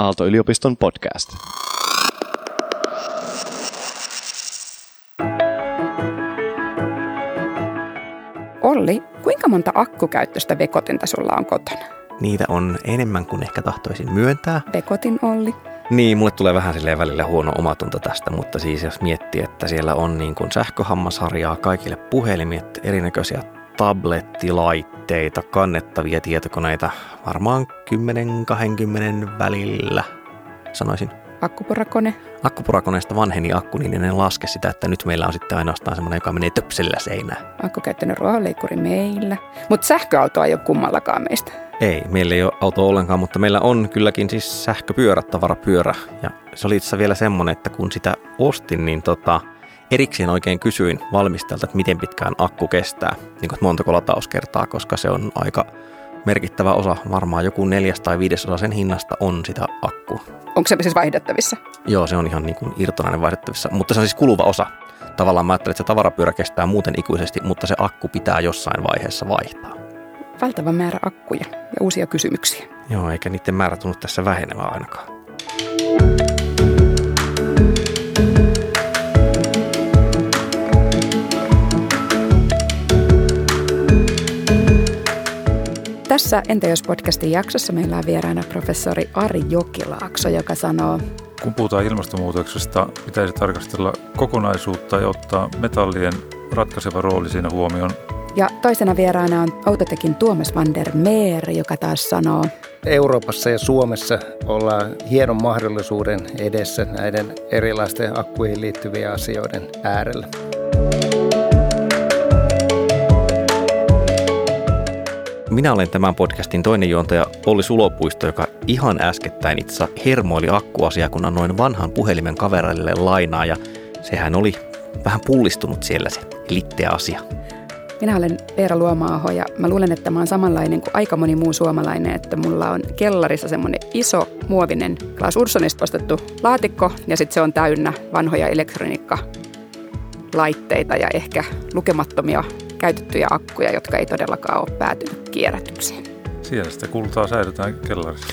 Aalto-yliopiston podcast. Olli, kuinka monta akkukäyttöistä vekotinta sulla on kotona? Niitä on enemmän kuin ehkä tahtoisin myöntää. Vekotin Olli. Niin, mulle tulee vähän silleen välillä huono omatunto tästä, mutta siis jos miettii, että siellä on niin kuin sähköhammasharjaa kaikille puhelimet, erinäköisiä tablettilaitteita, kannettavia tietokoneita, varmaan 10-20 välillä, sanoisin. Akkuporakone. Akkupurakoneesta vanheni akku, niin en laske sitä, että nyt meillä on sitten ainoastaan semmoinen, joka menee töpsellä seinään. Akkukäyttöinen ruohonleikkuri meillä. Mutta sähköautoa ei ole kummallakaan meistä. Ei, meillä ei ole autoa ollenkaan, mutta meillä on kylläkin siis sähköpyörä, tavarapyörä. Ja se oli itse vielä semmoinen, että kun sitä ostin, niin erikseen oikein kysyin valmistajalta, että miten pitkään akku kestää. Niin kuin montako latauskertaa, koska se on aika merkittävä osa, varmaan joku 4 tai 5 sen hinnasta on sitä akkua. Onko se siis vaihdettavissa? Joo, se on ihan niin kuin irtonainen vaihdettavissa, mutta se on siis kuluva osa. Tavallaan mä ajattelin, että se tavarapyörä kestää muuten ikuisesti, mutta se akku pitää jossain vaiheessa vaihtaa. Valtava määrä akkuja ja uusia kysymyksiä. Joo, eikä niiden määrä tunnu tässä vähenevää ainakaan. Tässä Entä jos podcastin jaksossa meillä on vieraana professori Ari Jokilaakso, joka sanoo: kun puhutaan ilmastonmuutoksesta, pitäisi tarkastella kokonaisuutta ja ottaa metallien ratkaiseva rooli siinä huomioon. Ja toisena vieraana on Autotekin Tuomas van der Meer, joka taas sanoo: Euroopassa ja Suomessa ollaan hienon mahdollisuuden edessä näiden erilaisten akkuihin liittyvien asioiden äärellä. Minä olen tämän podcastin toinen juontaja Olli Sulopuisto, joka ihan äskettäin itse hermoili akkuasiaa, kun annoin vanhan puhelimen kaverille lainaa, ja sehän oli vähän pullistunut siellä se litteä asia. Minä olen Veera Luoma-aho ja mä luulen, että mä oon samanlainen kuin aika moni muu suomalainen, että mulla on kellarissa semmoinen iso muovinen Clas Ohlsonista ostettu laatikko ja sitten se on täynnä vanhoja elektroniikkalaitteita ja ehkä lukemattomia käytettyjä akkuja, jotka ei todellakaan ole päätynyt kierrätykseen. Siellä sitä kultaa säilytään kellarissa.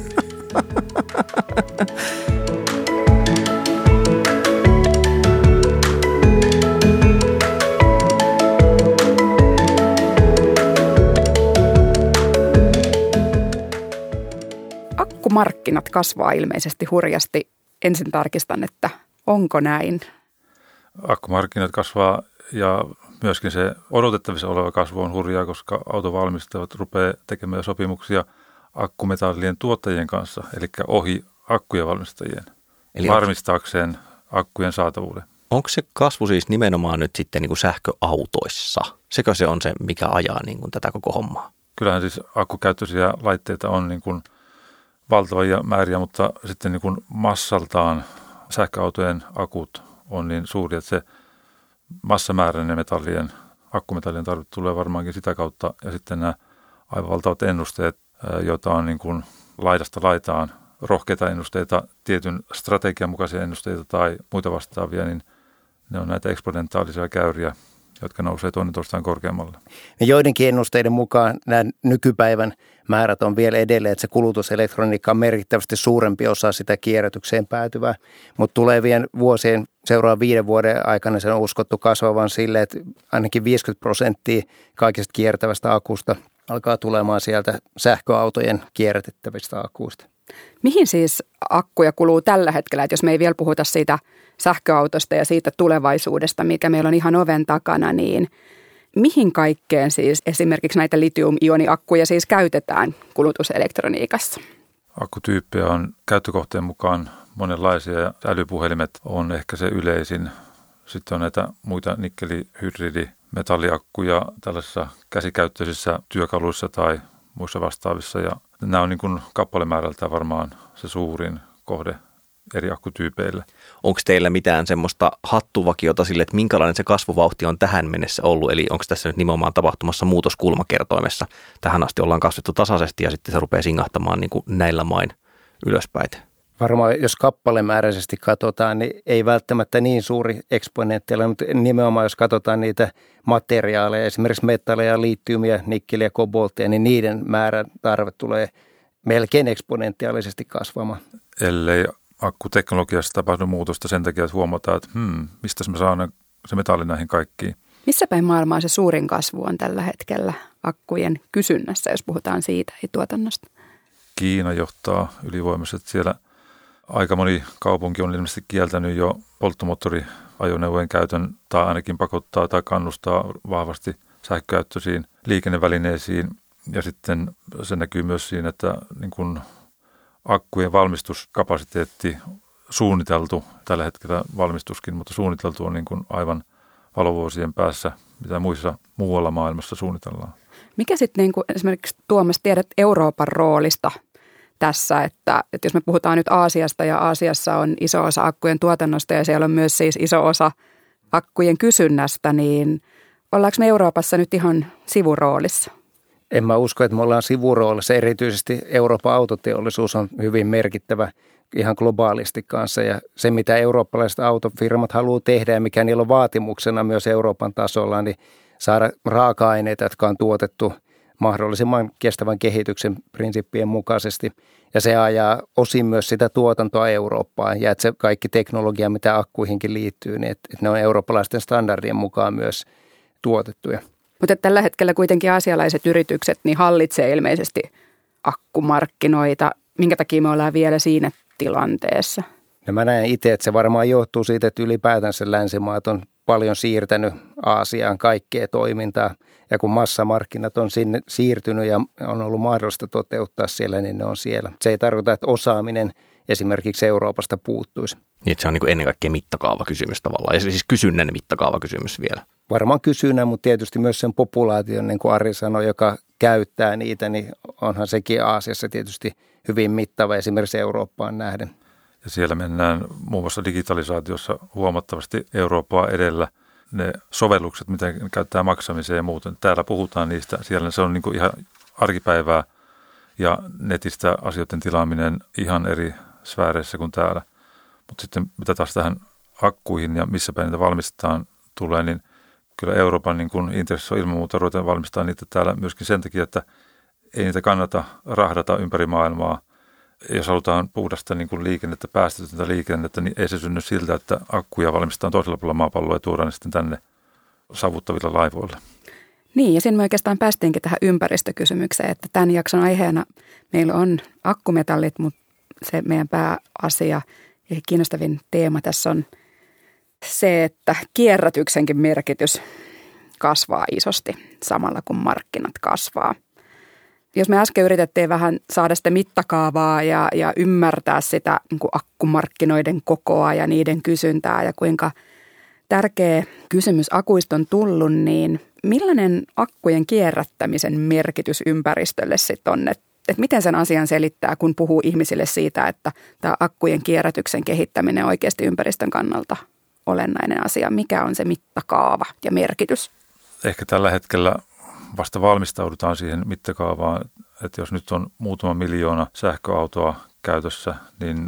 Akkumarkkinat kasvaa ilmeisesti hurjasti. Ensin tarkistan, että onko näin? Akkumarkkinat kasvaa ja myöskin se odotettavissa oleva kasvu on hurjaa, koska autovalmistajat rupeaa tekemään sopimuksia akkumetallien tuottajien kanssa, eli ohi akkujen valmistajien, eli varmistaakseen akkujen saatavuuden. Onko se kasvu siis nimenomaan nyt sitten niin kuin sähköautoissa? Sekö se on se, mikä ajaa niin kuin tätä koko hommaa? Kyllähän siis akkukäyttöisiä laitteita on niin kuin valtavia määriä, mutta sitten niin kuin massaltaan sähköautojen akut on niin suuri, että se massamääräinen akkumetallien tarve tulee varmaankin sitä kautta. Ja sitten nämä aivan valtavat ennusteet, joita on niin kuin laidasta laitaan, rohkeita ennusteita, tietyn strategian mukaisia ennusteita tai muita vastaavia, niin ne on näitä eksponentaalisia käyriä, jotka nousee toinen toistaan korkeammalle. Ja joidenkin ennusteiden mukaan nämä nykypäivän määrät on vielä edelleen, että se kulutuselektroniikka on merkittävästi suurempi osa sitä kierrätykseen päätyvää, mutta tulevien vuosien seuraavan 5 vuoden aikana se on uskottu kasvavan sille, että ainakin 50% kaikista kiertävästä akusta alkaa tulemaan sieltä sähköautojen kierrätettävistä akuista. Mihin siis akkuja kuluu tällä hetkellä, että jos me ei vielä puhuta siitä sähköautosta ja siitä tulevaisuudesta, mikä meillä on ihan oven takana, niin mihin kaikkeen siis esimerkiksi näitä litium-ioniakkuja siis käytetään kulutuselektroniikassa? Akkutyyppejä on käyttökohteen mukaan monenlaisia ja älypuhelimet on ehkä se yleisin. Sitten on näitä muita nikkeli-hydridi-metalliakkuja tällaisissa käsikäyttöisissä työkaluissa tai muissa vastaavissa. Ja nämä on niin kuin kappalemäärältään varmaan se suurin kohde eri akkutyypeille. Onko teillä mitään semmoista hattuvakiota sille, että minkälainen se kasvuvauhti on tähän mennessä ollut? Eli onko tässä nyt nimenomaan tapahtumassa muutos kulmakertoimessa? Tähän asti ollaan kasvettu tasaisesti ja sitten se rupeaa singahtamaan niin kuin näillä main ylöspäin. Varmaan jos kappalemääräisesti katsotaan, niin ei välttämättä niin suuri eksponentteilla, mutta nimenomaan jos katsotaan niitä materiaaleja, esimerkiksi metalleja, litiumia, nikkeliä, kobolttia, niin niiden määrän tarve tulee melkein eksponentiaalisesti kasvamaan. ellei akkuteknologiassa tapahdu muutosta sen takia, että huomataan, että mistä me saadaan se metalli näihin kaikkiin. Missä päin maailmaa se suurin kasvu on tällä hetkellä akkujen kysynnässä, jos puhutaan siitä, ei tuotannosta? Kiina johtaa ylivoimaisesti. Siellä aika moni kaupunki on ilmeisesti kieltänyt jo polttomoottoriajoneuvojen käytön tai ainakin pakottaa tai kannustaa vahvasti sähkökäyttöisiin liikennevälineisiin. Ja sitten se näkyy myös siinä, että niin kuin akkujen valmistuskapasiteetti suunniteltu, tällä hetkellä valmistuskin, mutta suunniteltu on niin kuin aivan valovuosien päässä, mitä muualla maailmassa suunnitellaan. Mikä sitten niin kuin esimerkiksi Tuomas tiedät Euroopan roolista tässä, että jos me puhutaan nyt Aasiasta ja Aasiassa on iso osa akkujen tuotannosta ja siellä on myös siis iso osa akkujen kysynnästä, niin ollaanko me Euroopassa nyt ihan sivuroolissa? En mä usko, että me ollaan sivuroolissa. Erityisesti Euroopan autoteollisuus on hyvin merkittävä ihan globaalisti kanssa. Ja se, mitä eurooppalaiset autofirmat haluaa tehdä ja mikä niillä on vaatimuksena myös Euroopan tasolla, niin saada raaka-aineita, jotka on tuotettu mahdollisimman kestävän kehityksen prinsiippien mukaisesti. Ja se ajaa osin myös sitä tuotantoa Eurooppaan ja että se kaikki teknologia, mitä akkuihinkin liittyy, niin että ne on eurooppalaisten standardien mukaan myös tuotettuja. Mutta tällä hetkellä kuitenkin aasialaiset yritykset niin hallitsee ilmeisesti akkumarkkinoita. Minkä takia me ollaan vielä siinä tilanteessa? No mä näen itse, että se varmaan johtuu siitä, että ylipäätänsä länsimaat on paljon siirtänyt Aasiaan kaikkea toimintaa. Ja kun massamarkkinat on sinne siirtynyt ja on ollut mahdollista toteuttaa siellä, niin ne on siellä. Se ei tarkoita, että osaaminen esimerkiksi Euroopasta puuttuisi. Niin, että se on niin kuin ennen kaikkea mittakaavakysymys tavallaan, ja siis kysynnän mittakaavakysymys vielä. Varmaan kysynnän, mutta tietysti myös sen populaation, niin kuin Ari sanoi, joka käyttää niitä, niin onhan sekin Aasiassa tietysti hyvin mittava esimerkiksi Eurooppaan nähden. Ja siellä mennään muun muassa digitalisaatiossa huomattavasti Eurooppaa edellä. Ne sovellukset, mitä käyttää maksamiseen ja muuten. Täällä puhutaan niistä, siellä se on niin kuin ihan arkipäivää ja netistä asioiden tilaaminen ihan eri sfääreissä kuin täällä. Mutta sitten mitä taas tähän akkuihin ja missä päin niitä valmistetaan tulee, niin kyllä Euroopan niin kuin intressi on ilman muuta ruveta valmistaa niitä täällä myöskin sen takia, että ei niitä kannata rahdata ympäri maailmaa. Jos halutaan puhdasta niin kuin liikennettä, päästötöntä liikennettä, niin ei se synny siltä, että akkuja valmistetaan toisella puolella maapalloa ja tuodaan ne sitten tänne savuttavilla laivoilla. Niin, ja siinä me oikeastaan päästiinkin tähän ympäristökysymykseen, että tämän jakson aiheena meillä on akkumetallit, mutta se meidän pääasia ja kiinnostavin teema tässä on se, että kierrätyksenkin merkitys kasvaa isosti samalla kun markkinat kasvaa. Jos me äsken yritettiin vähän saada sitä mittakaavaa ja ymmärtää sitä niin kuin akkumarkkinoiden kokoa ja niiden kysyntää ja kuinka tärkeä kysymys akuista on tullut, niin millainen akkujen kierrättämisen merkitys ympäristölle sitten on? Että miten sen asian selittää, kun puhuu ihmisille siitä, että tämä akkujen kierrätyksen kehittäminen on oikeasti ympäristön kannalta olennainen asia. Mikä on se mittakaava ja merkitys? Ehkä tällä hetkellä vasta valmistaudutaan siihen mittakaavaan, että jos nyt on muutama miljoona sähköautoa käytössä, niin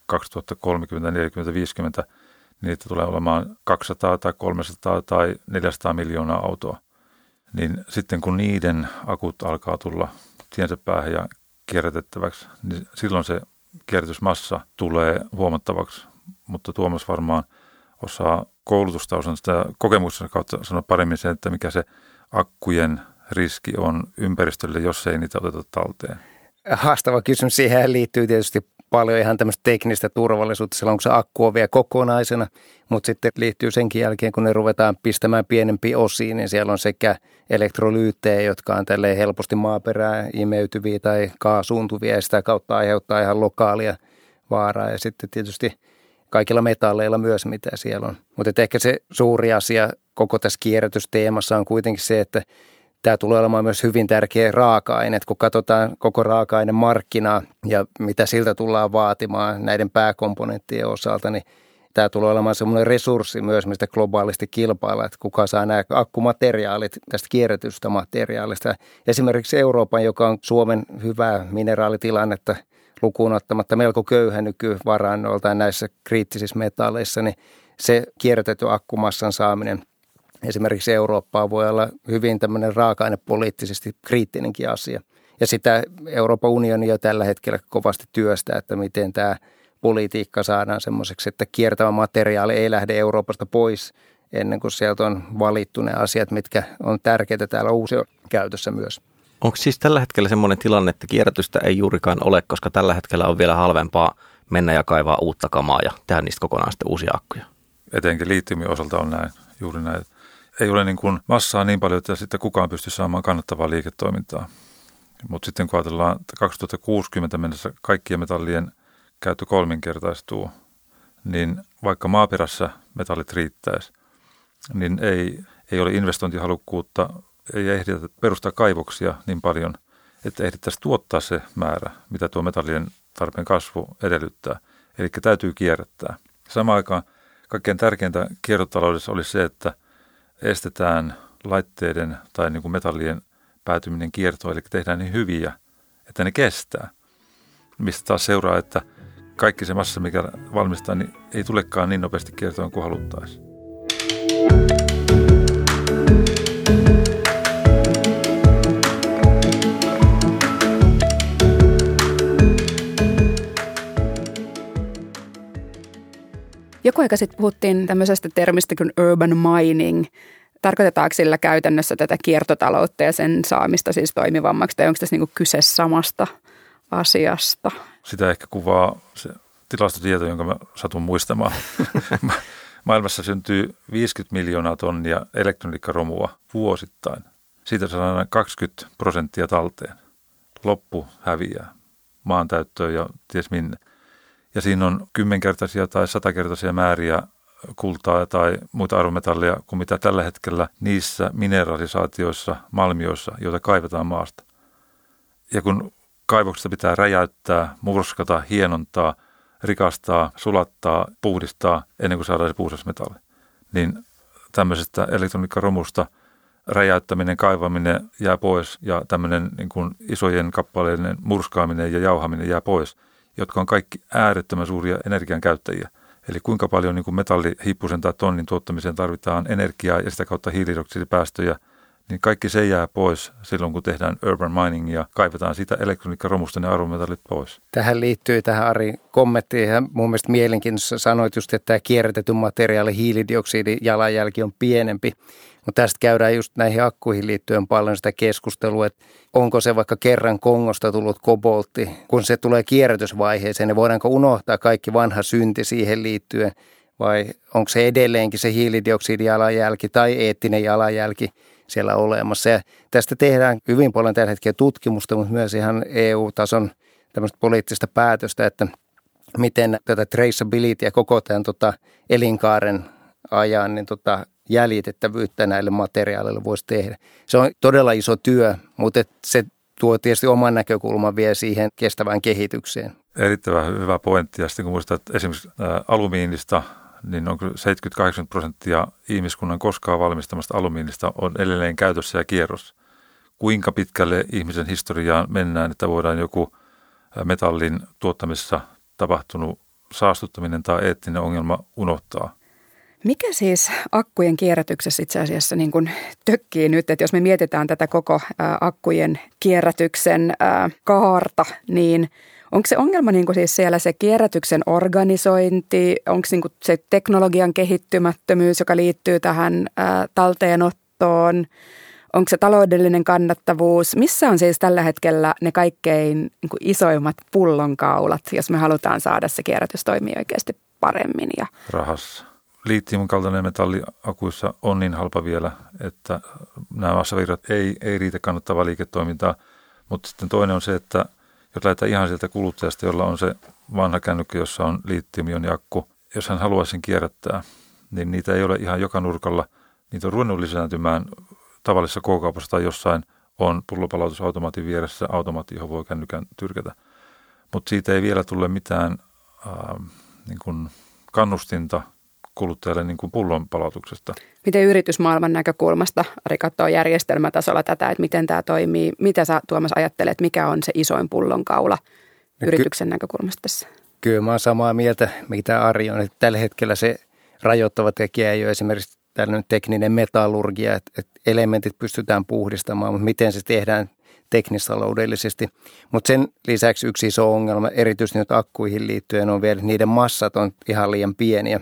2030, 40, 50, niin niitä tulee olemaan 200 tai 300 tai 400 miljoonaa autoa. Niin sitten kun niiden akut alkaa tulla tiensä päähän ja kierrätettäväksi, niin silloin se kierrätysmassa tulee huomattavaksi. Mutta Tuomas varmaan osaa koulutustausan sitä kokemuksen kautta sanoa paremmin sen, että mikä se akkujen riski on ympäristölle, jos ei niitä oteta talteen. Haastava kysymys. Siihen liittyy tietysti paljon ihan tämmöistä teknistä turvallisuutta silloin, kun se akku on vielä kokonaisena, mutta sitten liittyy senkin jälkeen, kun ne ruvetaan pistämään pienempiin osiin, niin siellä on sekä elektrolyyttejä, jotka on tälleen helposti maaperään imeytyviä tai kaasuuntuvia ja sitä kautta aiheuttaa ihan lokaalia vaaraa ja sitten tietysti kaikilla metalleilla myös, mitä siellä on. Mutta ehkä se suuri asia koko tässä kierrätysteemassa on kuitenkin se, että tämä tulee olemaan myös hyvin tärkeä raaka-aine. Kun katsotaan koko raaka-ainemarkkinaa ja mitä siltä tullaan vaatimaan näiden pääkomponenttien osalta, niin tämä tulee olemaan semmoinen resurssi myös, mistä globaalisti kilpaillaan, että kuka saa nämä akkumateriaalit tästä kierrätystä materiaalista. Esimerkiksi Euroopan, joka on Suomen hyvää mineraalitilannetta lukuun ottamatta melko köyhä nykyvarannoiltaan näissä kriittisissä metalleissa, niin se kierrätetty akkumassan saaminen esimerkiksi Eurooppaan voi olla hyvin tämmöinen raaka-ainepoliittisesti kriittinenkin asia. Ja sitä Euroopan unioni jo tällä hetkellä kovasti työstää, että miten tämä politiikka saadaan semmoiseksi, että kiertävä materiaali ei lähde Euroopasta pois ennen kuin sieltä on valittu ne asiat, mitkä on tärkeitä täällä uusia käytössä myös. Onko siis tällä hetkellä semmoinen tilanne, että kierrätystä ei juurikaan ole, koska tällä hetkellä on vielä halvempaa mennä ja kaivaa uutta kamaa ja tehdä niistä kokonaan sitten uusia akkuja? Etenkin liittiumin osalta on näin, juuri näin. Ei ole niin kuin massaa niin paljon, että sitten kukaan pystyy saamaan kannattavaa liiketoimintaa. Mutta sitten kun ajatellaan, että 2060 mennessä kaikkien metallien käyttö kolminkertaistuu, niin vaikka maaperässä metallit riittäisi, niin ei ole investointihalukkuutta, ei ehditä perustaa kaivoksia niin paljon, että ehdittäisiin tuottaa se määrä, mitä tuo metallien tarpeen kasvu edellyttää. Eli täytyy kierrättää. Samaan aikaan kaikkein tärkeintä kiertotaloudessa olisi se, että estetään laitteiden tai niin kuin metallien päätyminen kiertoon, eli tehdään niin hyviä, että ne kestää. Mistä taas seuraa, että kaikki se massa, mikä valmistaa, niin ei tulekaan niin nopeasti kiertoon kuin haluttaisiin. Joku aika sitten puhuttiin tämmöisestä termistä kuin urban mining. Tarkoitetaanko sillä käytännössä tätä kiertotaloutta ja sen saamista siis toimivammaksi, tai onko tässä niinku kyse samasta asiasta? Sitä ehkä kuvaa se tilastotieto, jonka mä satun muistamaan. Maailmassa syntyy 50 miljoonaa tonnia elektroniikkaromua vuosittain. Siitä saadaan 20% talteen. Loppu häviää maantäyttöön ja ties minne. Ja siinä on 10-kertaisia tai 100-kertaisia määriä kultaa tai muita arvometalleja kuin mitä tällä hetkellä niissä mineralisaatioissa, malmioissa, joita kaivetaan maasta. Ja kun kaivoksesta pitää räjäyttää, murskata, hienontaa, rikastaa, sulattaa, puhdistaa ennen kuin saadaan se puhdas metalli, niin tämmöisestä elektroniikkaromusta räjäyttäminen, kaivaminen jää pois ja tämmöinen niin kuin isojen kappaleiden murskaaminen ja jauhaminen jää pois, jotka on kaikki äärettömän suuria energian käyttäjiä. Eli kuinka paljon niin kuin metallihiippusen tai tonnin tuottamiseen tarvitaan energiaa ja sitä kautta hiilidioksidipäästöjä, niin kaikki se jää pois silloin, kun tehdään urban mining ja kaivetaan sitä elektroniikkaromusta ne arvometallit pois. Tähän liittyy tähän Ari kommenttiin. Ja mun mielestä mielenkiintoista sanoit just, että tämä kierrätetyn materiaalin hiilidioksidijalanjälki on pienempi. Mutta tästä käydään just näihin akkuihin liittyen paljon sitä keskustelua, että onko se vaikka kerran Kongosta tullut koboltti, kun se tulee kierrätysvaiheeseen, niin voidaanko unohtaa kaikki vanha synti siihen liittyen, vai onko se edelleenkin se hiilidioksidijalanjälki tai eettinen jalanjälki siellä olemassa. Ja tästä tehdään hyvin paljon tällä hetkellä tutkimusta, mutta myös ihan EU-tason tämmöistä poliittista päätöstä, että miten tätä traceabilityä koko tämän elinkaaren ajan niin jäljitettävyyttä näille materiaaleille voisi tehdä. Se on todella iso työ, mutta se tuo tietysti oman näkökulman vielä siihen kestävään kehitykseen. Erittäin hyvä pointti. Ja sitten kun muistat, että esimerkiksi alumiinista, niin on 70-80% ihmiskunnan koskaan valmistamasta alumiinista on edelleen käytössä ja kierrossa. Kuinka pitkälle ihmisen historiaan mennään, että voidaan joku metallin tuottamisessa tapahtunut saastuttaminen tai eettinen ongelma unohtaa? Mikä siis akkujen kierrätyksessä itse asiassa niin kuin tökkii nyt, että jos me mietitään tätä koko akkujen kierrätyksen kaarta, niin onko se ongelma niin kuin siis siellä se kierrätyksen organisointi, onko niin kuin se teknologian kehittymättömyys, joka liittyy tähän talteenottoon, onko se taloudellinen kannattavuus? Missä on siis tällä hetkellä ne kaikkein niin kuin isoimmat pullonkaulat, jos me halutaan saada se kierrätys toimia oikeasti paremmin? Rahassa. Liittiumin kaltainen metalli akuissa on niin halpa vielä, että nämä massavirrat ei riitä kannattavaa liiketoimintaa. Mutta sitten toinen on se, että jos lähdetään ihan sieltä kuluttajasta, jolla on se vanha kännykkä, jossa on liittiumioniakku, jos hän haluaisi sen kierrättää, niin niitä ei ole ihan joka nurkalla. Niitä on ruvennut lisääntymään tavallisessa K-kaupassa tai jossain on pullonpalautusautomaatin vieressä automaatti, johon voi kännykän tyrkätä. Mutta siitä ei vielä tule mitään niin kuin kannustinta kuluttajalle niin kuin pullon palautuksesta. Miten yritysmaailman näkökulmasta, Ari, katsoo järjestelmätasolla tätä, että miten tämä toimii? Mitä sä, Tuomas, ajattelet, mikä on se isoin pullonkaula yrityksen näkökulmasta tässä? Kyllä mä oon samaa mieltä, mitä Ari on. Että tällä hetkellä se rajoittava tekijä ei ole esimerkiksi tällainen tekninen metallurgia, että elementit pystytään puhdistamaan, mutta miten se tehdään teknistaloudellisesti. Mutta sen lisäksi yksi iso ongelma, erityisesti nyt akkuihin liittyen, on vielä, että niiden massat on ihan liian pieniä.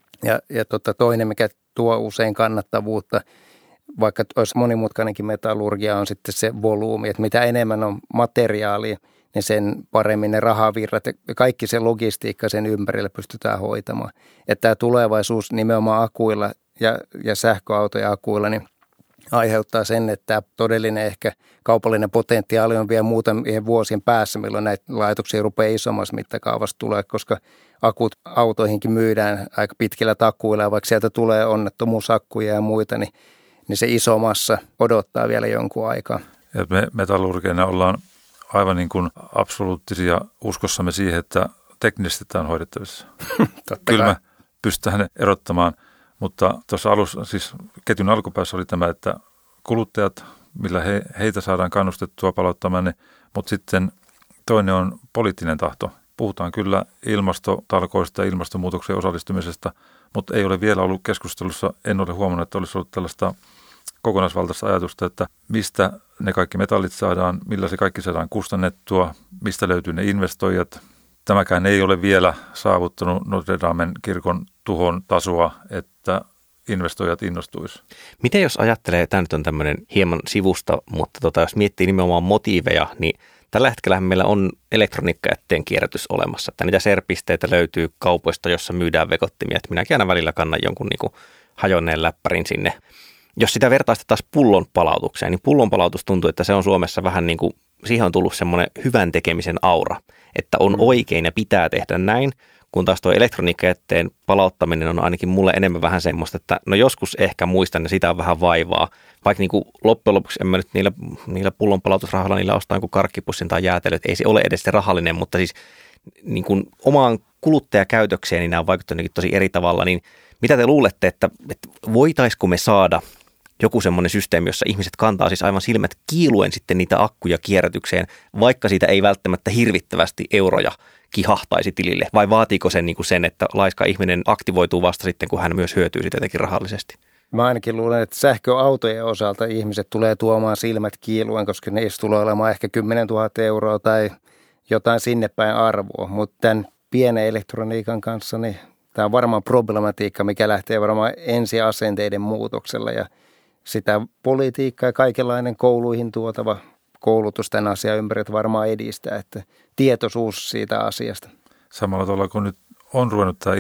Ja toinen, mikä tuo usein kannattavuutta, vaikka olisi monimutkainenkin metallurgia, on sitten se volyymi, että mitä enemmän on materiaalia, niin sen paremmin ne rahavirrat ja kaikki se logistiikka sen ympärille pystytään hoitamaan. Että tämä tulevaisuus nimenomaan akuilla ja sähköautojen akuilla niin aiheuttaa sen, että tämä todellinen ehkä kaupallinen potentiaali on vielä muutamien vuosien päässä, milloin näitä laitoksia rupeaa isommassa mittakaavassa tulee, koska akut autoihinkin myydään aika pitkillä takuilla ja vaikka sieltä tulee onnettomuusakkuja ja muita, niin se iso massa odottaa vielä jonkun aikaa. Ja me metallurgeina ollaan aivan niin kuin absoluuttisia uskossamme siihen, että teknisesti tämä on hoidettavissa. Kyllä me pystytään ne erottamaan, mutta tuossa alussa, siis ketjun alkupäässä oli tämä, että kuluttajat, millä heitä saadaan kannustettua palauttamaan ne, mutta sitten toinen on poliittinen tahto. Puhutaan kyllä ilmastotalkoista ja ilmastonmuutokseen osallistumisesta, mutta ei ole vielä ollut keskustelussa, en ole huomannut, että olisi ollut tällaista kokonaisvaltaista ajatusta, että mistä ne kaikki metallit saadaan, millä se kaikki saadaan kustannettua, mistä löytyy ne investoijat. Tämäkään ei ole vielä saavuttanut Notre Damen kirkon tuhon tasoa, että investoijat innostuisi. Miten jos ajattelee, tämä nyt on tämmöinen hieman sivusta, mutta jos miettii nimenomaan motiiveja, niin tällä hetkellä meillä on elektroniikkajätteen kierrätys olemassa. Että niitä serpisteitä löytyy kaupoista, jossa myydään vekottimia. Että minäkin aina välillä kannan jonkun niin kuin hajonneen läppärin sinne. Jos sitä vertaista taas pullon palautukseen, niin pullon palautus tuntuu, että se on Suomessa vähän niin kuin, siihen on tullut semmoinen hyvän tekemisen aura, että on oikein ja pitää tehdä näin, kun taas tuo elektroniikkajätteen palauttaminen on ainakin mulle enemmän vähän semmoista, että no joskus ehkä muistan ja sitä on vähän vaivaa. Vaikka niin kuin loppujen lopuksi en mä nyt niillä pullon palautusrahoilla niillä ostaa jonkun karkkipussin tai jäätelöt, ei se ole edes se rahallinen, mutta siis niin kuin omaan kuluttajakäytökseen niin nämä on vaikuttanut tosi eri tavalla, niin mitä te luulette, että voitaisiko me saada joku semmoinen systeemi, jossa ihmiset kantaa siis aivan silmät kiiluen sitten niitä akkuja kierrätykseen, vaikka siitä ei välttämättä hirvittävästi euroja kihahtaisi tilille, vai vaatiiko sen, niin kuin sen, että laiska ihminen aktivoituu vasta sitten, kun hän myös hyötyy siitä jotenkin rahallisesti? Mä ainakin luulen, että sähköautojen osalta ihmiset tulee tuomaan silmät kiiluen, koska niistä tulee olemaan ehkä 10 000 euroa tai jotain sinne päin arvoa, mutta tämän pienen elektroniikan kanssa niin tämä on varmaan problematiikka, mikä lähtee varmaan ensiasenteiden muutoksella ja sitä politiikkaa ja kaikenlainen kouluihin tuotava koulutus tämän asian ympärillä varmaan edistää, että tietoisuus siitä asiasta. Samalla tavalla kun nyt on ruvennut tämä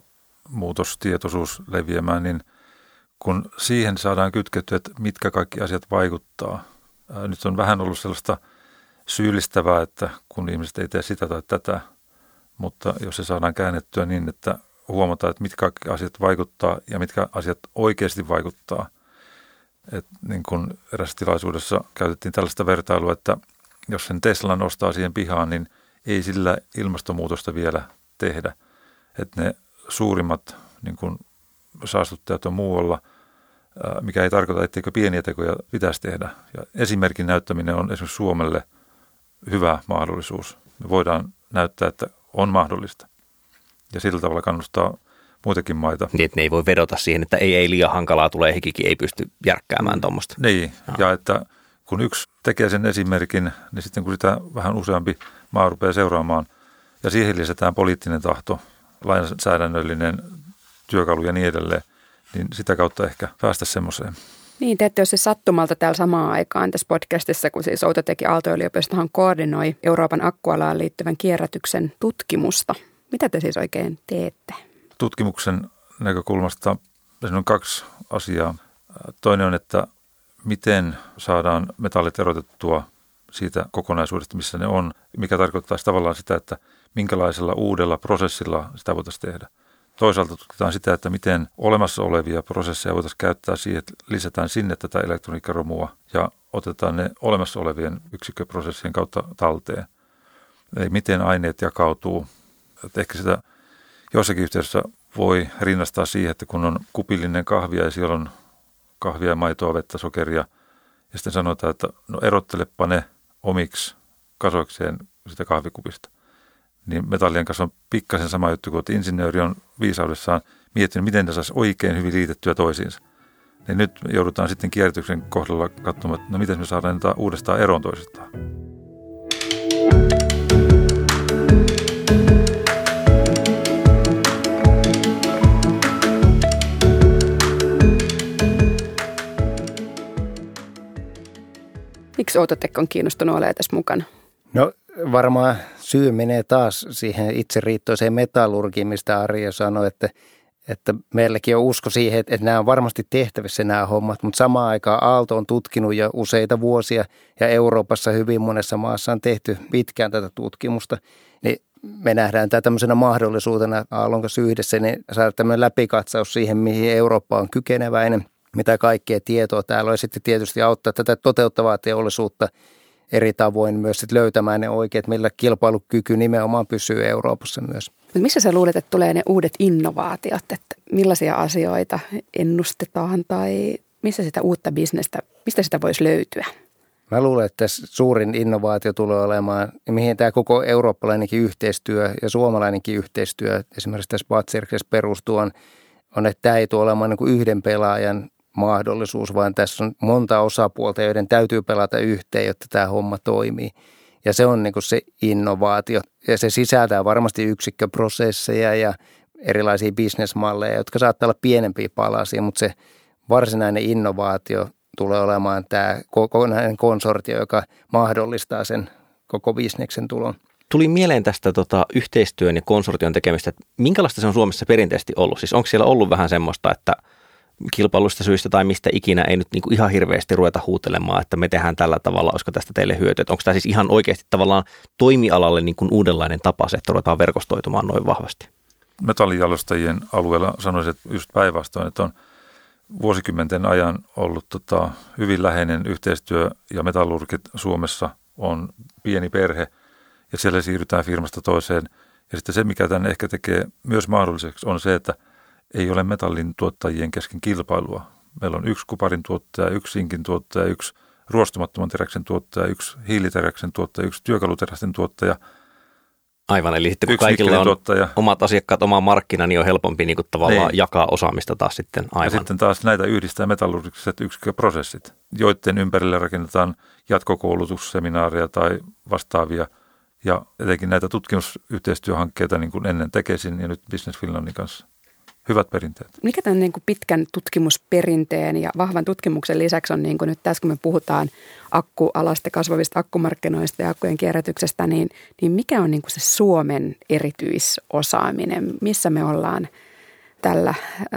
ilmastonmuutostietoisuus leviämään, niin kun siihen saadaan kytkettyä, että mitkä kaikki asiat vaikuttaa. Nyt on vähän ollut sellaista syyllistävää, että kun ihmiset ei tee sitä tai tätä, mutta jos se saadaan käännettyä niin, että huomataan, että mitkä kaikki asiat vaikuttaa ja mitkä asiat oikeasti vaikuttaa. Et niin kuin erässä tilaisuudessa käytettiin tällaista vertailua, että jos sen Teslan ostaa siihen pihaan, niin ei sillä ilmastonmuutosta vielä tehdä. Että ne suurimmat niin kuin saastuttajat on muualla, mikä ei tarkoita, etteikö pieniä tekoja pitäisi tehdä. Ja esimerkin näyttäminen on esimerkiksi Suomelle hyvä mahdollisuus. Me voidaan näyttää, että on mahdollista. Ja sillä tavalla kannustaa muitakin maita. Niin, että ne ei voi vedota siihen, että ei liian hankalaa tulee, hikikin ei pysty järkkäämään tuommoista. Niin, ja että kun yksi tekee sen esimerkin, niin sitten kun sitä vähän useampi maa rupeaa seuraamaan, ja siihen lisätään poliittinen tahto, lainsäädännöllinen työkalu ja niin edelleen, niin sitä kautta ehkä päästä semmoiseen. Niin, te ette ole siis sattumalta täällä samaan aikaan tässä podcastissa, kun siis Outotecin Aalto-yliopistohan koordinoi Euroopan akkualaan liittyvän kierrätyksen tutkimusta. Mitä te siis oikein teette? Tutkimuksen näkökulmasta siinä on 2 asiaa. Toinen on, että miten saadaan metallit erotettua siitä kokonaisuudesta, missä ne on, mikä tarkoittaa tavallaan sitä, että minkälaisella uudella prosessilla sitä voitaisiin tehdä. Toisaalta tutkitaan sitä, että miten olemassa olevia prosesseja voitaisiin käyttää siihen, että lisätään sinne tätä elektroniikkaromua ja otetaan ne olemassa olevien yksikköprosessien kautta talteen. Eli miten aineet jakautuu. Että ehkä sitä jossakin yhteydessä voi rinnastaa siihen, että kun on kupillinen kahvia ja siellä on kahvia, maitoa, vettä, sokeria ja sitten sanotaan, että no erottelepa ne omiksi kasoikseen sitä kahvikupista. Niin metallien kanssa on pikkasen sama juttu kuin, että insinööri on viisaudessaan miettinyt, miten ne saisi oikein hyvin liitettyä toisiinsa. Niin nyt joudutaan sitten kierrätyksen kohdalla katsomaan, että no miten me saadaan niitä uudestaan eroon toisistaan. Miksi Outotec on kiinnostunut olemaan tässä mukana? No varmaan syy menee taas siihen itseriittoiseen metallurgiin, mistä Arja sanoi, että meilläkin on usko siihen, että nämä on varmasti tehtävissä nämä hommat, mutta samaan aikaan Aalto on tutkinut jo useita vuosia ja Euroopassa hyvin monessa maassa on tehty pitkään tätä tutkimusta, niin me nähdään tämä tämmöisenä mahdollisuutena Aallon kanssa yhdessä, niin saada tämmöinen läpikatsaus siihen, mihin Eurooppa on kykeneväinen, mitä kaikkea tietoa täällä on ja sitten tietysti auttaa tätä toteuttavaa teollisuutta eri tavoin myös sit löytämään ne oikeat, millä kilpailukyky nimenomaan pysyy Euroopassa myös. Missä sä luulet, että tulee ne uudet innovaatiot, että millaisia asioita ennustetaan tai missä sitä uutta bisnestä, mistä sitä voisi löytyä? Mä luulen, että tässä suurin innovaatio tulee olemaan, mihin tämä koko eurooppalainenkin yhteistyö ja suomalainenkin yhteistyö esimerkiksi tässä Batserksessa perustuu, on, että tämä ei tule olemaan niin kuin yhden pelaajan mahdollisuus, vaan tässä on monta osapuolta, joiden täytyy pelata yhteen, jotta tämä homma toimii. Ja se on niin kuin se innovaatio. Ja se sisältää varmasti yksikköprosesseja ja erilaisia bisnesmalleja, jotka saattaa olla pienempiä palasia, mutta se varsinainen innovaatio tulee olemaan tämä kokonainen konsortio, joka mahdollistaa sen koko bisneksen tulon. Tuli mieleen tästä yhteistyön ja konsortion tekemistä, että minkälaista se on Suomessa perinteisesti ollut? Siis onko siellä ollut vähän semmoista, että kilpailuista syistä tai mistä ikinä ei nyt niinku ihan hirveästi ruveta huutelemaan, että me tehdään tällä tavalla, olisiko tästä teille hyötyä? Onko tämä siis ihan oikeasti tavallaan toimialalle niin kuin uudenlainen tapa se, että ruvetaan verkostoitumaan noin vahvasti? Metallijalostajien alueella sanoisin, että just päinvastoin, että on vuosikymmenten ajan ollut hyvin läheinen yhteistyö ja metallurgit Suomessa on pieni perhe ja siellä siirrytään firmasta toiseen. Ja sitten se, mikä tämän ehkä tekee myös mahdolliseksi, on se, että ei ole metallin tuottajien kesken kilpailua. Meillä on yksi kuparin tuottaja, yksi sinkin tuottaja, yksi ruostumattoman teräksen tuottaja, yksi hiiliteräksen tuottaja, yksi työkaluterästen tuottaja. Aivan, eli sitten kun kaikilla on omat asiakkaat, oma markkina, niin on helpompi niin kuin tavallaan jakaa osaamista taas sitten aivan. Ja sitten taas näitä yhdistää metallurgiset yksikköprosessit, joiden ympärille rakennetaan jatkokoulutusseminaareja tai vastaavia. Ja etenkin näitä tutkimusyhteistyöhankkeita niin kuin ennen Tekesin ja nyt Business Finlandin kanssa. Hyvät perinteet. Mikä tämän niin kuin pitkän tutkimusperinteen ja vahvan tutkimuksen lisäksi on, niin kuin nyt tässä kun me puhutaan akkualasta, kasvavista akkumarkkinoista ja akkujen kierrätyksestä, niin mikä on niin kuin se Suomen erityisosaaminen? Missä me ollaan tällä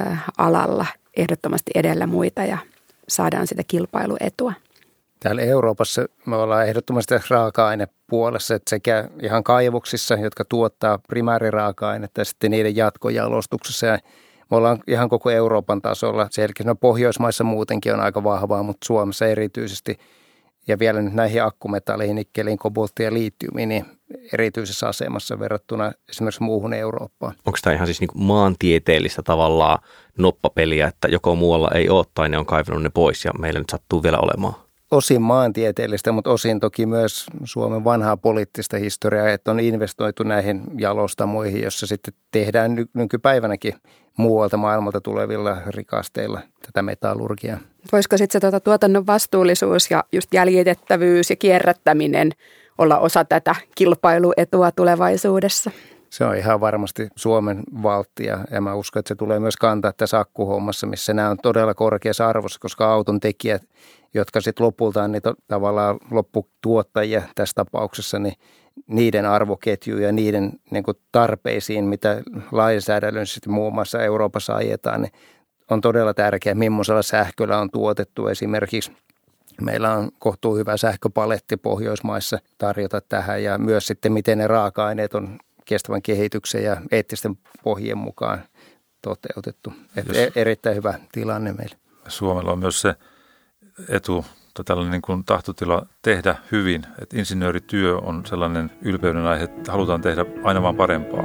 alalla ehdottomasti edellä muita ja saadaan sitä kilpailuetua? Täällä Euroopassa me ollaan ehdottomasti raaka-ainepuolessa, että sekä ihan kaivoksissa, jotka tuottaa primääriraaka-ainetta ja sitten niiden jatkojalostuksessa. Ja me ollaan ihan koko Euroopan tasolla, selkeästi Pohjoismaissa muutenkin on aika vahvaa, mutta Suomessa erityisesti. Ja vielä nyt näihin akkumetalleihin, nikkeliin, kobolttiin ja liittiumiin, niin erityisessä asemassa verrattuna esimerkiksi muuhun Eurooppaan. Onko tämä ihan siis niin kuin maantieteellistä tavallaan noppapeliä, että joko muualla ei ole tai ne on kaivannut ne pois ja meillä nyt sattuu vielä olemaan? Osin maantieteellistä, mutta osin toki myös Suomen vanhaa poliittista historiaa, että on investoitu näihin jalostamoihin, jossa sitten tehdään nykypäivänäkin muualta maailmalta tulevilla rikasteilla tätä metallurgiaa. Voisiko sitten se tuotannon vastuullisuus ja just jäljitettävyys ja kierrättäminen olla osa tätä kilpailuetua tulevaisuudessa? Se on ihan varmasti Suomen valtti ja mä uskon, että se tulee myös kantaa tässä akkuhommassa, missä nämä on todella korkeassa arvossa, koska auton tekijät, jotka sitten lopulta on niitä tavallaan lopputuottajia tässä tapauksessa, niin niiden arvoketjuja ja niiden niin kuin tarpeisiin, mitä lainsäädännöllisesti muun muassa Euroopassa ajetaan, niin on todella tärkeää, millaisella sähköllä on tuotettu esimerkiksi. Meillä on kohtuu hyvä sähköpaletti Pohjoismaissa tarjota tähän ja myös sitten miten ne raaka-aineet on kestävän kehityksen ja eettisten pohjien mukaan toteutettu. Erittäin hyvä tilanne meille. Suomella on myös se etu, tällainen niin kuin tahtotila tehdä hyvin. Että insinöörityö on sellainen ylpeyden aihe, että halutaan tehdä aina vaan parempaa.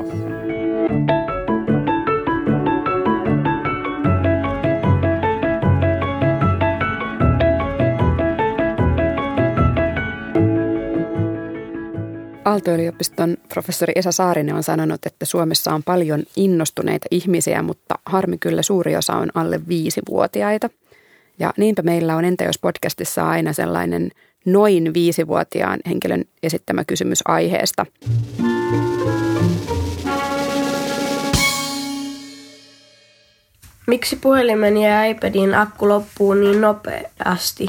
Aalto-yliopiston professori Esa Saarinen on sanonut, että Suomessa on paljon innostuneita ihmisiä, mutta harmi kyllä suuri osa on alle 5-vuotiaita. Ja niinpä meillä on Entä jos podcastissa aina sellainen noin 5-vuotiaan henkilön esittämä kysymys aiheesta. Miksi puhelimen ja iPadin akku loppuu niin nopeasti?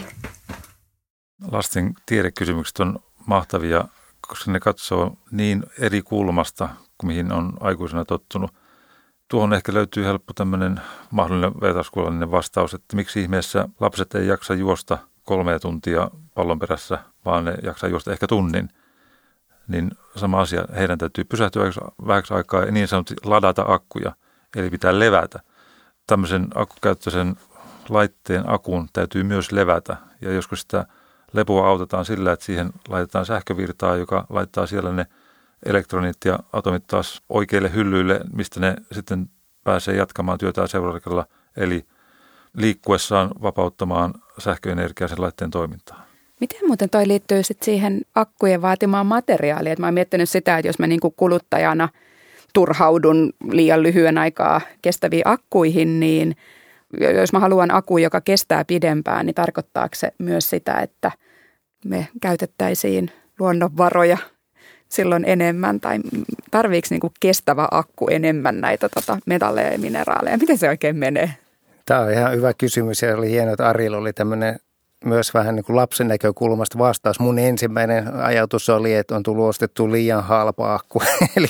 Lasten tiedekysymykset on mahtavia, koska ne katsoo niin eri kulmasta kuin mihin on aikuisena tottunut. Tuohon ehkä löytyy helppo tämmöinen mahdollinen vertauskunnallinen vastaus, että miksi ihmeessä lapset ei jaksa juosta 3 tuntia pallon perässä, vaan ne jaksaa juosta ehkä tunnin. Niin sama asia, heidän täytyy pysähtyä vähäksi aikaa ja niin sanotusti ladata akkuja, eli pitää levätä. Tämmöisen akkukäyttöisen laitteen akun täytyy myös levätä ja joskus sitä lepoa autetaan sillä, että siihen laitetaan sähkövirtaa, joka laittaa siellä ne elektronit ja atomit taas oikeille hyllyille, mistä ne sitten pääsee jatkamaan työtään seuraavalla, eli liikkuessaan vapauttamaan sähköenergiaa sen laitteen toimintaan. Miten muuten toi liittyy sitten siihen akkujen vaatimaan materiaaliin? Et mä oon miettinyt sitä, että jos mä niinku kuluttajana turhaudun liian lyhyen aikaa kestäviin akkuihin, niin jos mä haluan akku, joka kestää pidempään, niin tarkoittaako se myös sitä, että me käytettäisiin luonnonvaroja silloin enemmän, tai tarviiko niinku kestävä akku enemmän näitä metalleja ja mineraaleja? Miten se oikein menee? Tämä on ihan hyvä kysymys ja oli hienoa, että Arilla oli tämmöinen myös vähän niin kuin lapsen näkökulmasta vastaus. Mun ensimmäinen ajatus oli, että on tullut ostettu liian halpa akku, eli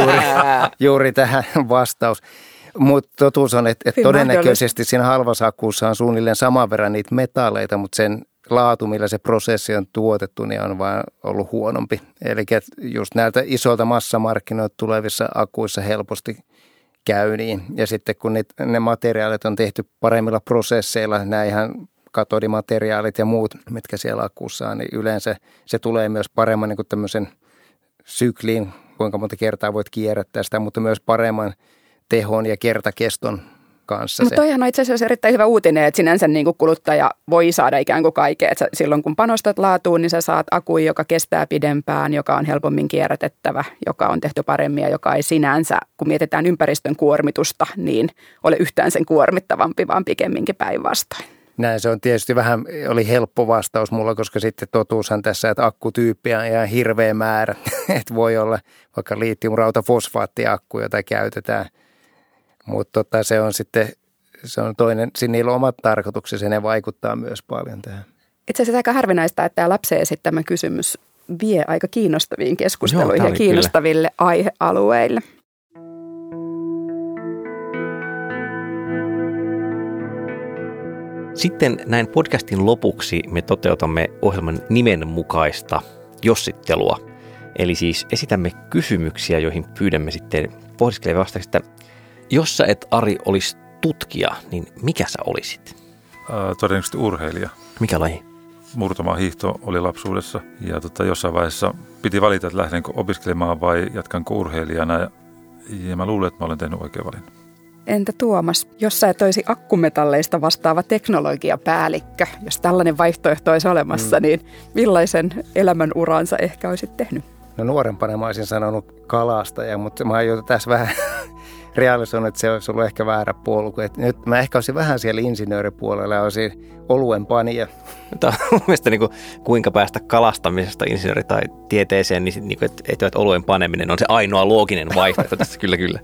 juuri tähän vastaus. Mutta totuus on, että todennäköisesti siinä halvassa akkuussa on suunnilleen saman verran niitä metalleita, mutta sen laatu, millä se prosessi on tuotettu, niin on vaan ollut huonompi. Eli just näiltä isolta massamarkkinoilta tulevissa akuissa helposti käy niin. Ja sitten kun ne materiaalit on tehty paremmilla prosesseilla, nämä ihan katodimateriaalit ja muut, mitkä siellä akussa on, niin yleensä se tulee myös paremman niin kuin tämmöisen sykliin, kuinka monta kertaa voit kierrättää sitä, mutta myös paremman tehon ja kertakeston kanssa. Mutta toihan on itse asiassa erittäin hyvä uutinen, että sinänsä niin kuin kuluttaja voi saada ikään kuin kaikkea. Että silloin kun panostat laatuun, niin sä saat akun, joka kestää pidempään, joka on helpommin kierrätettävä, joka on tehty paremmin ja joka ei sinänsä, kun mietitään ympäristön kuormitusta, niin ole yhtään sen kuormittavampi, vaan pikemminkin päinvastoin. Näin se on tietysti vähän, oli helppo vastaus mulla, koska sitten totuushan tässä, että akkutyyppiä on ihan hirveä määrä. Että voi olla vaikka liitiumrautafosfaattiakku, jota käytetään. Mutta se on sitten, se on toinen, niillä on omat tarkoituksensa ja ne vaikuttaa myös paljon tähän. Itse asiassa aika harvinaista, että tämä lapsen esittämä kysymys vie aika kiinnostaviin keskusteluihin ja kiinnostaville kyllä aihealueille. Sitten näin podcastin lopuksi me toteutamme ohjelman nimen mukaista jossittelua. Eli siis esitämme kysymyksiä, joihin pyydämme sitten pohdiskelevia vastauksia. Jos sä et, Ari, olisi tutkija, niin mikä sä olisit? Todennäköisesti urheilija. Mikä laji? Murtomahiihto oli lapsuudessa ja jossain vaiheessa piti valita, että lähdenkö opiskelemaan vai jatkanko urheilijana. Ja mä luulen, että mä olen tehnyt oikein valinnan. Entä Tuomas, jos sä et olisi akkumetalleista vastaava teknologiapäällikkö, jos tällainen vaihtoehto olisi olemassa, niin millaisen elämän uransa ehkä olisit tehnyt? No nuorempana mä olisin sanonut kalastaja, mutta mä oon jo tässä vähän realisoinut, että se olisi ollut ehkä väärä polku. Et nyt mä ehkä olisin vähän siellä insinööripuolella ja olisin oluen panija. Tämä on mun mielestä niin kuin, kuinka päästä kalastamisesta insinööri- tai tieteeseen, niin että oluen paneminen on se ainoa looginen vaihtoehto tässä kyllä.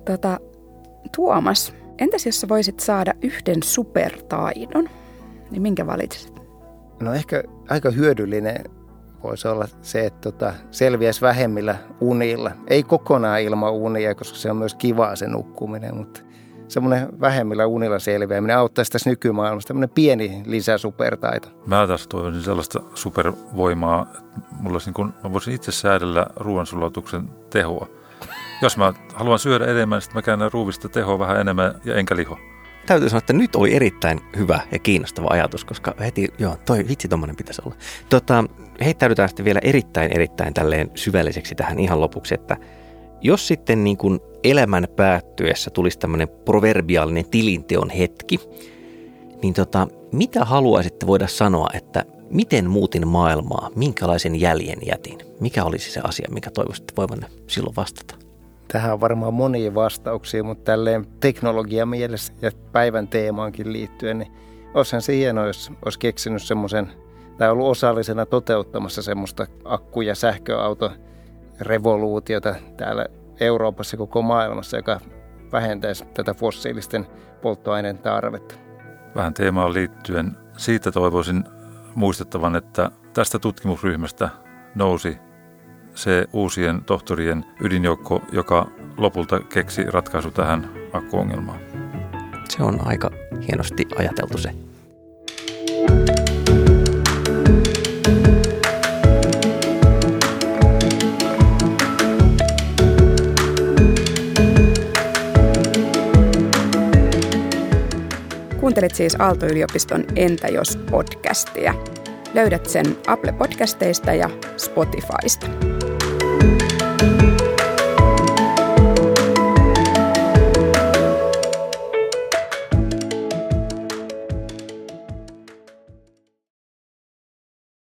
Tuomas, entäs jos sä voisit saada yhden supertaidon, niin minkä valitsisit? No ehkä aika hyödyllinen voisi olla se, että selviäisi vähemmillä unilla. Ei kokonaan ilman unia, koska se on myös kivaa se nukkuminen, mutta semmoinen vähemmillä unilla selviäminen auttaisi tässä nykymaailmassa. Tämmöinen pieni lisäsupertaito. Mä taas toivoisin sellaista supervoimaa, että mä voisin itse säädellä ruoansulatuksen tehoa. Jos mä haluan syödä enemmän, sitten mä käännän ruuvista tehoa vähän enemmän ja enkä liho. Täytyy sanoa, että nyt oli erittäin hyvä ja kiinnostava ajatus, koska heti, tommonen pitäisi olla. Heittäydytään sitten vielä erittäin tälleen syvälliseksi tähän ihan lopuksi, että jos sitten niin kuin elämän päättyessä tulisi tämmöinen proverbiaalinen tilinteon hetki, niin mitä haluaisitte voida sanoa, että miten muutin maailmaa, minkälaisen jäljen jätin? Mikä olisi se asia, mikä toivoisitte voivanne silloin vastata? Tähän on varmaan monia vastauksia, mutta tälleen teknologian mielessä ja päivän teemaankin liittyen, niin Olisihan se hienoa, jos olisi keksinyt semmoisen, tai ollut osallisena toteuttamassa semmoista akku- ja sähköautorevoluutiota täällä Euroopassa ja koko maailmassa, joka vähentäisi tätä fossiilisten polttoaineen tarvetta. Vähän teemaan liittyen siitä toivoisin muistettavan, että tästä tutkimusryhmästä nousi se uusien tohtorien ydinjoukko, joka lopulta keksi ratkaisu tähän akkuongelmaan. Se on aika hienosti ajateltu se. Kuuntelit siis Aalto-yliopiston Entä jos -podcastia. Löydät sen Apple Podcasteista ja Spotifysta.